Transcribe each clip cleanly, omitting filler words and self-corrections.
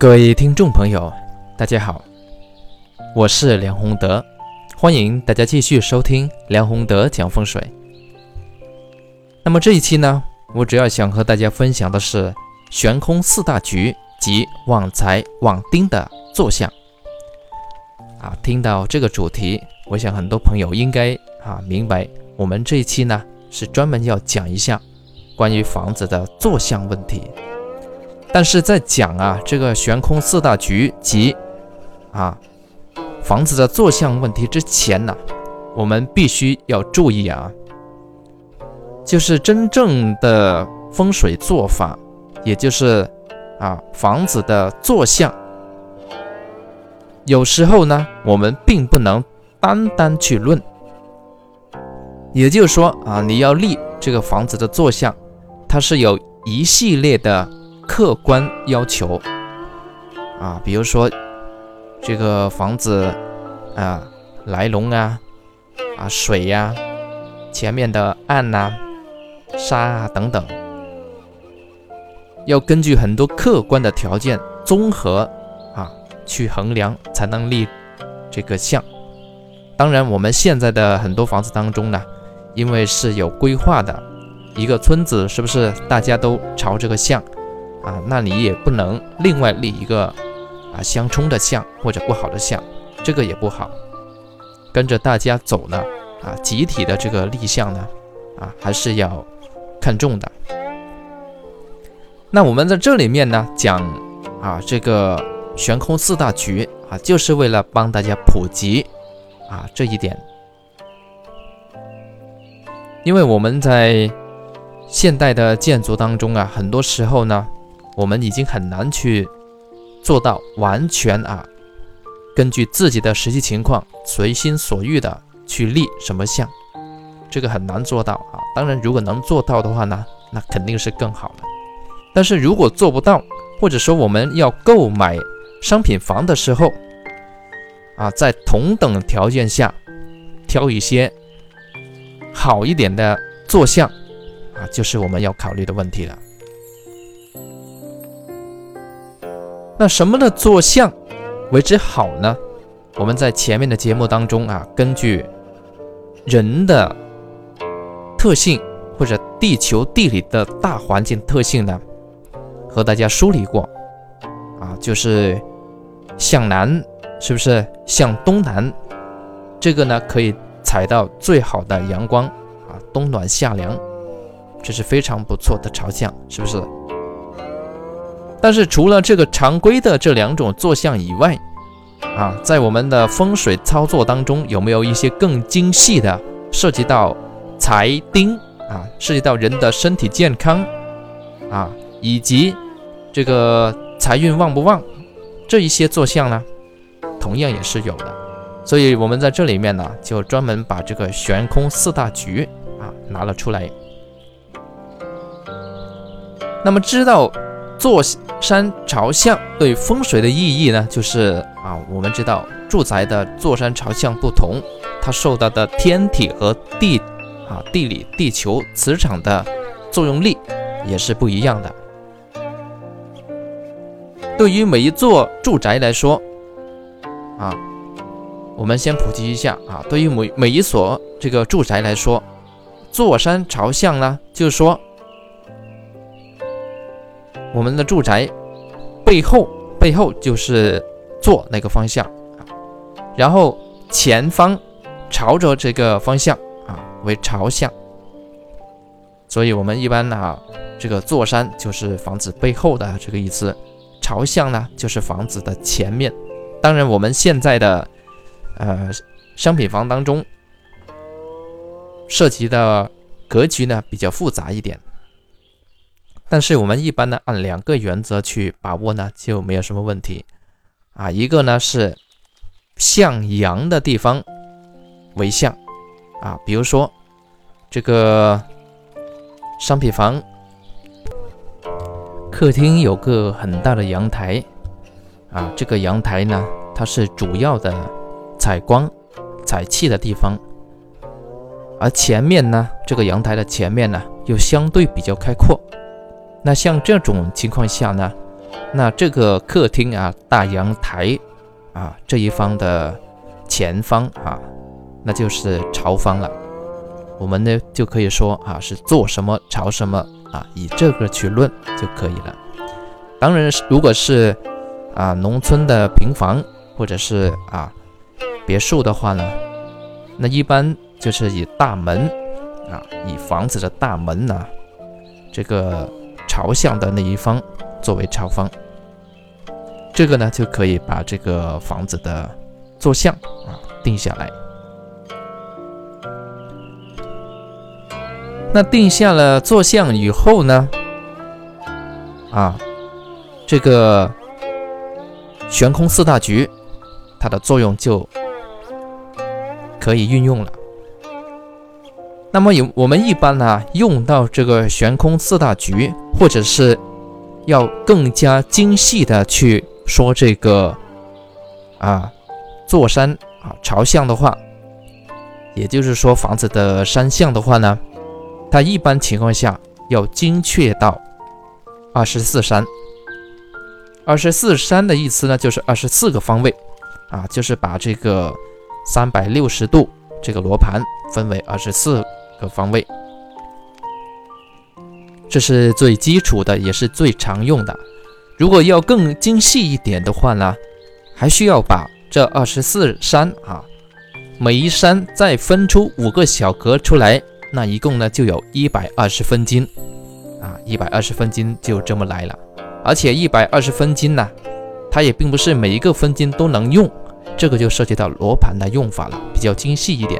各位听众朋友，大家好，我是梁宏德，欢迎大家继续收听梁宏德讲风水。那么这一期呢，我主要想和大家分享的是悬空四大局及旺财旺丁的坐向。听到这个主题，我想很多朋友应该明白，我们这一期呢是专门要讲一下关于房子的坐向问题。但是在讲这个悬空四大局及房子的坐向问题之前呢，我们必须要注意就是真正的风水做法，也就是房子的坐向，有时候呢我们并不能单单去论，也就是说你要立这个房子的坐向，它是有一系列的客观要求比如说这个房子来龙水前面的岸沙等等，要根据很多客观的条件综合去衡量才能立这个向。当然我们现在的很多房子当中呢，因为是有规划的，一个村子是不是大家都朝这个向那你也不能另外立一个相冲的向或者不好的向，这个也不好。跟着大家走呢集体的这个立向呢还是要看重的。那我们在这里面呢讲这个悬空四大局就是为了帮大家普及这一点。因为我们在现代的建筑当中很多时候呢，我们已经很难去做到完全根据自己的实际情况随心所欲的去立什么向，这个很难做到当然如果能做到的话呢，那肯定是更好的。但是如果做不到，或者说我们要购买商品房的时候在同等条件下挑一些好一点的坐向就是我们要考虑的问题了。那什么的坐向为之好呢？我们在前面的节目当中根据人的特性或者地球地理的大环境特性呢，和大家梳理过就是向南是不是向东南，这个呢可以采到最好的阳光冬暖夏凉，这是非常不错的朝向，是不是？但是除了这个常规的这两种坐向以外在我们的风水操作当中，有没有一些更精细的涉及到财丁涉及到人的身体健康以及这个财运旺不旺，这一些坐向呢同样也是有的。所以我们在这里面呢就专门把这个悬空四大局拿了出来。那么知道坐山朝向对风水的意义呢，就是我们知道住宅的坐山朝向不同，它受到的天体和地理地球磁场的作用力也是不一样的。对于每一座住宅来说我们先普及一下对于每一所这个住宅来说，坐山朝向呢，就是说我们的住宅背后就是坐那个方向然后前方朝着这个方向为朝向。所以我们一般这个坐山就是房子背后的这个意思，朝向呢就是房子的前面。当然我们现在的商品房当中涉及的格局呢比较复杂一点，但是我们一般呢按两个原则去把握呢就没有什么问题一个呢是向阳的地方为向比如说这个商品房客厅有个很大的阳台这个阳台呢它是主要的采光采气的地方，而前面呢这个阳台的前面呢又相对比较开阔，那像这种情况下呢， 那这个客厅啊，大阳台啊这一方的前方啊，那就是朝方了。我们呢就可以说啊，是坐什么朝什么啊，以这个去论就可以了。当然，如果是农村的平房或者是别墅的话呢，那一般就是以大门以房子的大门呢，这个朝向的那一方作为朝方，这个呢就可以把这个房子的坐向定下来。那定下了坐向以后呢，这个悬空四大局它的作用就可以运用了。那么我们一般用到这个悬空四大局，或者是要更加精细的去说这个坐山朝向的话，也就是说房子的山向的话呢，它一般情况下要精确到24山。24山的意思呢，就是24个方位就是把这个360度这个罗盘分为24个方位，这是最基础的，也是最常用的。如果要更精细一点的话呢，还需要把这24山每一山再分出5个小格出来，那一共呢就有120分金120分金就这么来了。而且120分金呢，它也并不是每一个分金都能用，这个就涉及到罗盘的用法了，比较精细一点。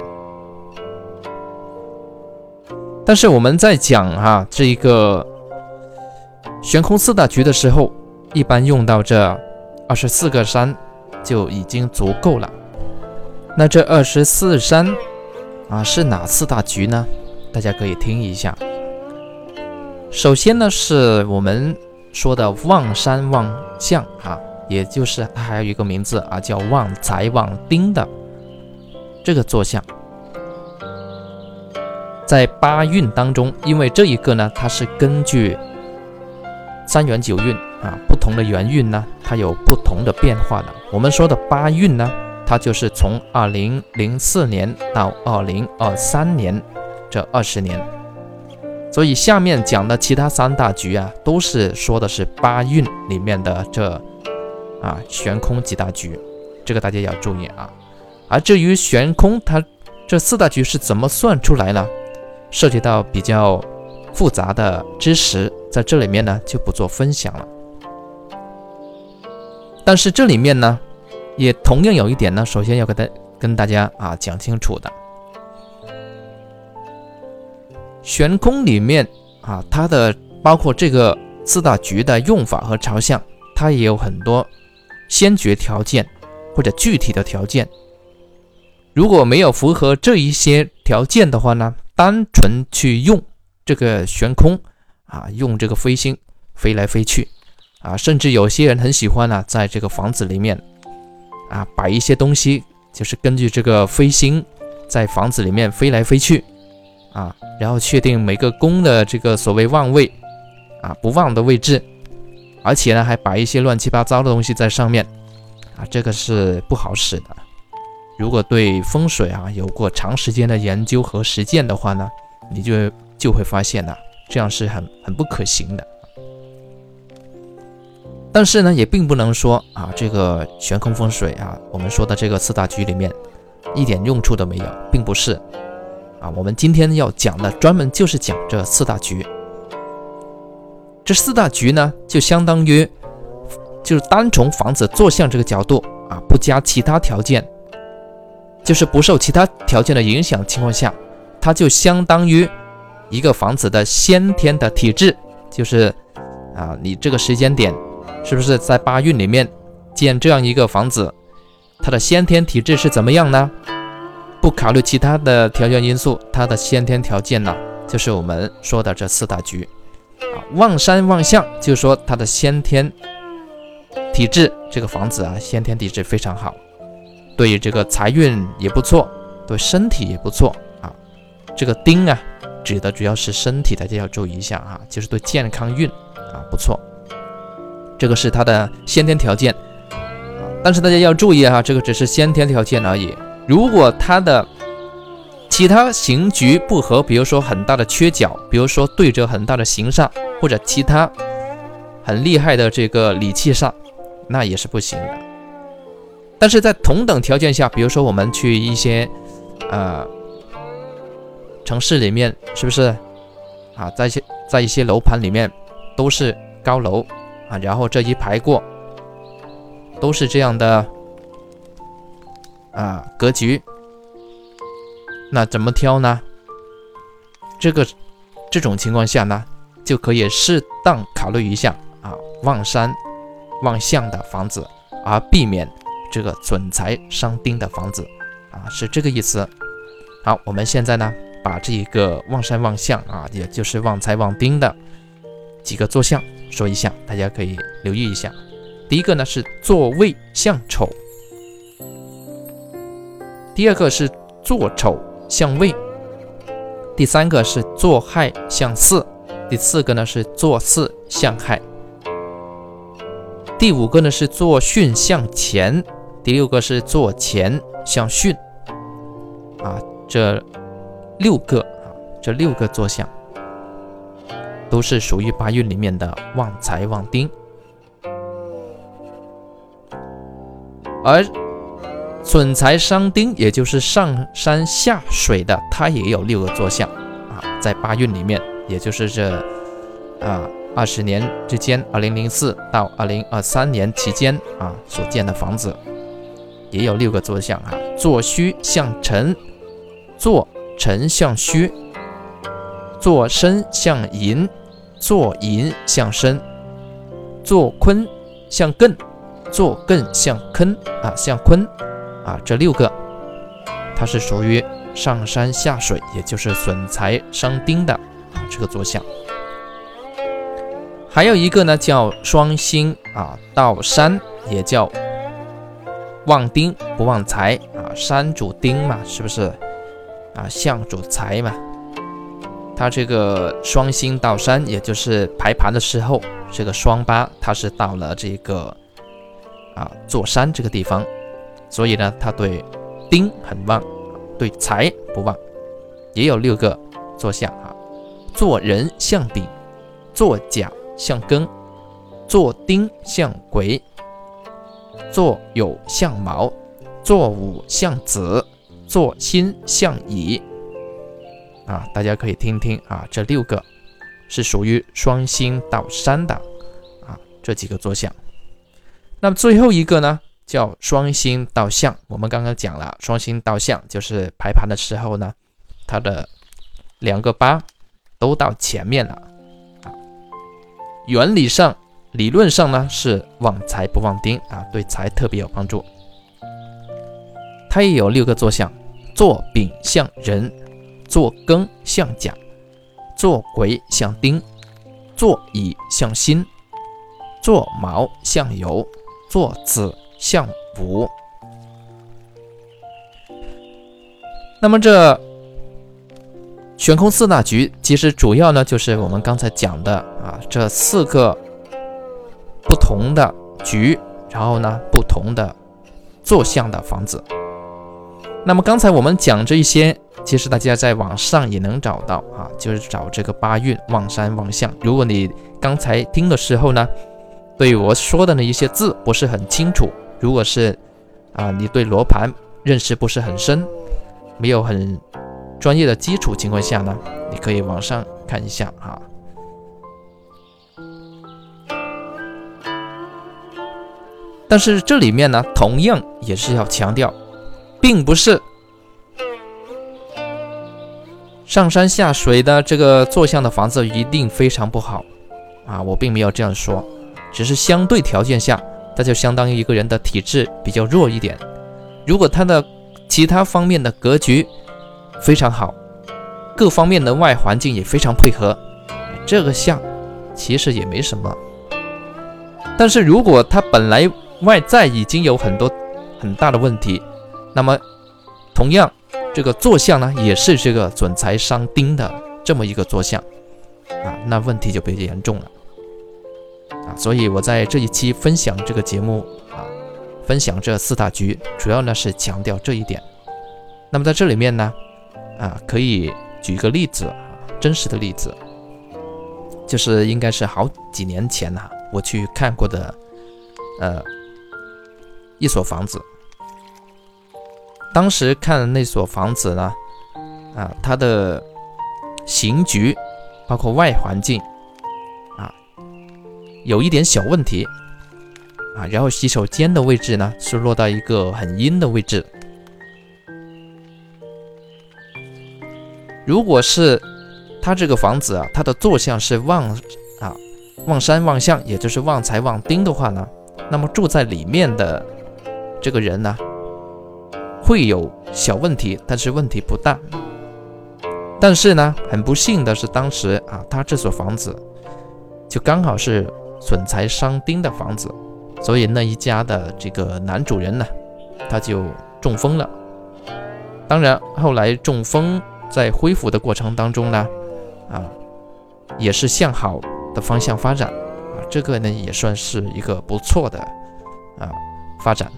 但是我们在讲这一个悬空四大局的时候，一般用到这24个山就已经足够了。那这24山是哪四大局呢？大家可以听一下。首先呢，是我们说的旺山旺相也就是它还有一个名字叫旺财旺丁的这个坐向。在八运当中，因为这一个呢，它是根据3元9运不同的元运呢，它有不同的变化的。我们说的八运呢，它就是从2004年到2023年这20年。所以下面讲的其他3大局都是说的是八运里面的这悬空几大局，这个大家要注意而至于悬空它这4大局是怎么算出来呢？涉及到比较复杂的知识，在这里面呢就不做分享了。但是这里面呢，也同样有一点呢，首先要跟大家讲清楚的。悬空里面它的包括这个4大局的用法和朝向，它也有很多先决条件或者具体的条件。如果没有符合这一些条件的话呢，单纯去用这个悬空用这个飞星飞来飞去甚至有些人很喜欢在这个房子里面摆一些东西，就是根据这个飞星在房子里面飞来飞去然后确定每个宫的这个所谓旺位不旺的位置，而且呢还摆一些乱七八糟的东西在上面这个是不好使的。如果对风水有过长时间的研究和实践的话呢，你就会发现这样是很不可行的。但是呢，也并不能说这个悬空风水我们说的这个4大局里面一点用处都没有，并不是我们今天要讲的专门就是讲这4大局。这4大局呢，就相当于就是单从房子坐向这个角度不加其他条件，就是不受其他条件的影响情况下，它就相当于一个房子的先天的体质，就是你这个时间点是不是在八运里面建这样一个房子，它的先天体质是怎么样呢？不考虑其他的条件因素，它的先天条件呢，就是我们说的这4大局旺山旺相，就是说它的先天体质，这个房子先天体质非常好，对于这个财运也不错，对身体也不错这个丁指的主要是身体，大家要注意一下就是对健康运不错。 这个是它的先天条件。但是大家要注意啊，这个只是先天条件而已。如果它的其他形局不合，比如说很大的缺角，比如说对着很大的形煞，或者其他很厉害的这个理气煞，那也是不行的。但是在同等条件下，比如说我们去一些城市里面，是不是啊？在一些楼盘里面都是高楼啊，然后这一排过都是这样的格局，那怎么挑呢？这种情况下呢，就可以适当考虑一下望山望向的房子，而避免这个损财伤丁的房子是这个意思。好，我们现在呢把这一个望山望向也就是旺财旺丁的几个坐向说一下，大家可以留意一下。第一个呢是坐位向丑，第二个是坐丑向未，第三个是坐亥向巳，第四个呢是坐巳向亥，第五个呢是坐巽向乾，第六个是坐乾向巽这六个坐向都是属于八运里面的旺财旺丁。而损财伤丁，也就是上山下水的，它也有6个坐向在八运里面，也就是这20年之间，2004到2023年期间所建的房子也有6个坐向坐戌向辰，坐辰向戌，坐申向寅，坐寅向申，坐坤向艮，坐艮向坤这6个它是属于上山下水，也就是损财伤丁的这个坐向。还有一个呢叫双星到山，也叫旺丁不旺财山主丁嘛，是不是相主财嘛？它这个双星到山，也就是排盘的时候，这个双八它是到了这个坐山这个地方，所以呢它对丁很旺，对财不旺。也有6个坐向坐人向丙，坐甲向庚，坐丁向癸，坐酉向卯，坐午向子，坐辛向乙大家可以听听这6个是属于双星到山的这几个坐向。那么最后一个呢叫双星到向，我们刚刚讲了，双星到向就是排盘的时候呢，它的2个八都到前面了原理上理论上呢是旺财不旺丁对财特别有帮助。它也有6个坐向，坐丙向壬，坐庚向甲，坐癸向丁，坐乙向辛，坐卯向酉，坐子向午。那么这悬空4大局其实主要呢就是我们刚才讲的这4个不同的局，然后呢不同的坐向的房子。那么刚才我们讲这一些，其实大家在网上也能找到就是找这个八运旺山旺向。如果你刚才听的时候呢，对我说的那一些字不是很清楚，如果是你对罗盘认识不是很深，没有很专业的基础情况下呢，你可以网上看一下但是这里面呢，同样也是要强调，并不是上山下水的这个坐向的房子一定非常不好我并没有这样说，只是相对条件下，它就相当于一个人的体质比较弱一点。如果他的其他方面的格局非常好，各方面的外环境也非常配合，这个相其实也没什么。但是如果他本来外在已经有很大的问题，那么同样这个坐向呢也是这个损财伤丁的这么一个坐向那问题就比较严重了。 所以我在这一期分享这个节目分享这4大局，主要呢是强调这一点。那么在这里面呢可以举一个例子，真实的例子，就是应该是好几年前我去看过的一所房子。当时看那所房子呢它的形局包括外环境有一点小问题然后洗手间的位置呢是落到一个很阴的位置。如果是它这个房子它的坐向是望山望向，也就是望财望丁的话呢，那么住在里面的这个人呢会有小问题，但是问题不大。但是呢很不幸的是，当时他这所房子就刚好是损财伤丁的房子，所以那一家的这个男主人呢他就中风了。当然后来中风在恢复的过程当中呢也是向好的方向发展这个呢也算是一个不错的发展。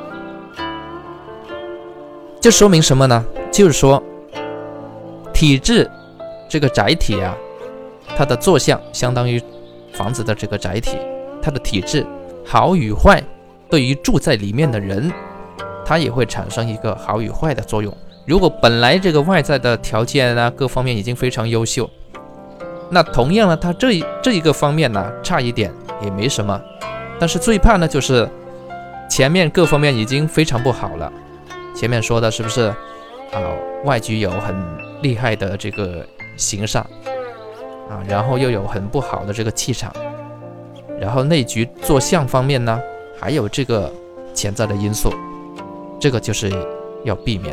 这说明什么呢？就是说体制这个载体它的坐向相当于房子的这个载体，它的体质好与坏对于住在里面的人它也会产生一个好与坏的作用。如果本来这个外在的条件各方面已经非常优秀，那同样呢它这一个方面呢差一点也没什么，但是最怕呢就是前面各方面已经非常不好了。前面说的是不是外局有很厉害的这个形煞然后又有很不好的这个气场，然后内局坐向方面呢还有这个潜在的因素，这个就是要避免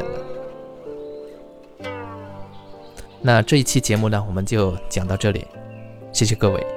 的。那这一期节目呢我们就讲到这里，谢谢各位。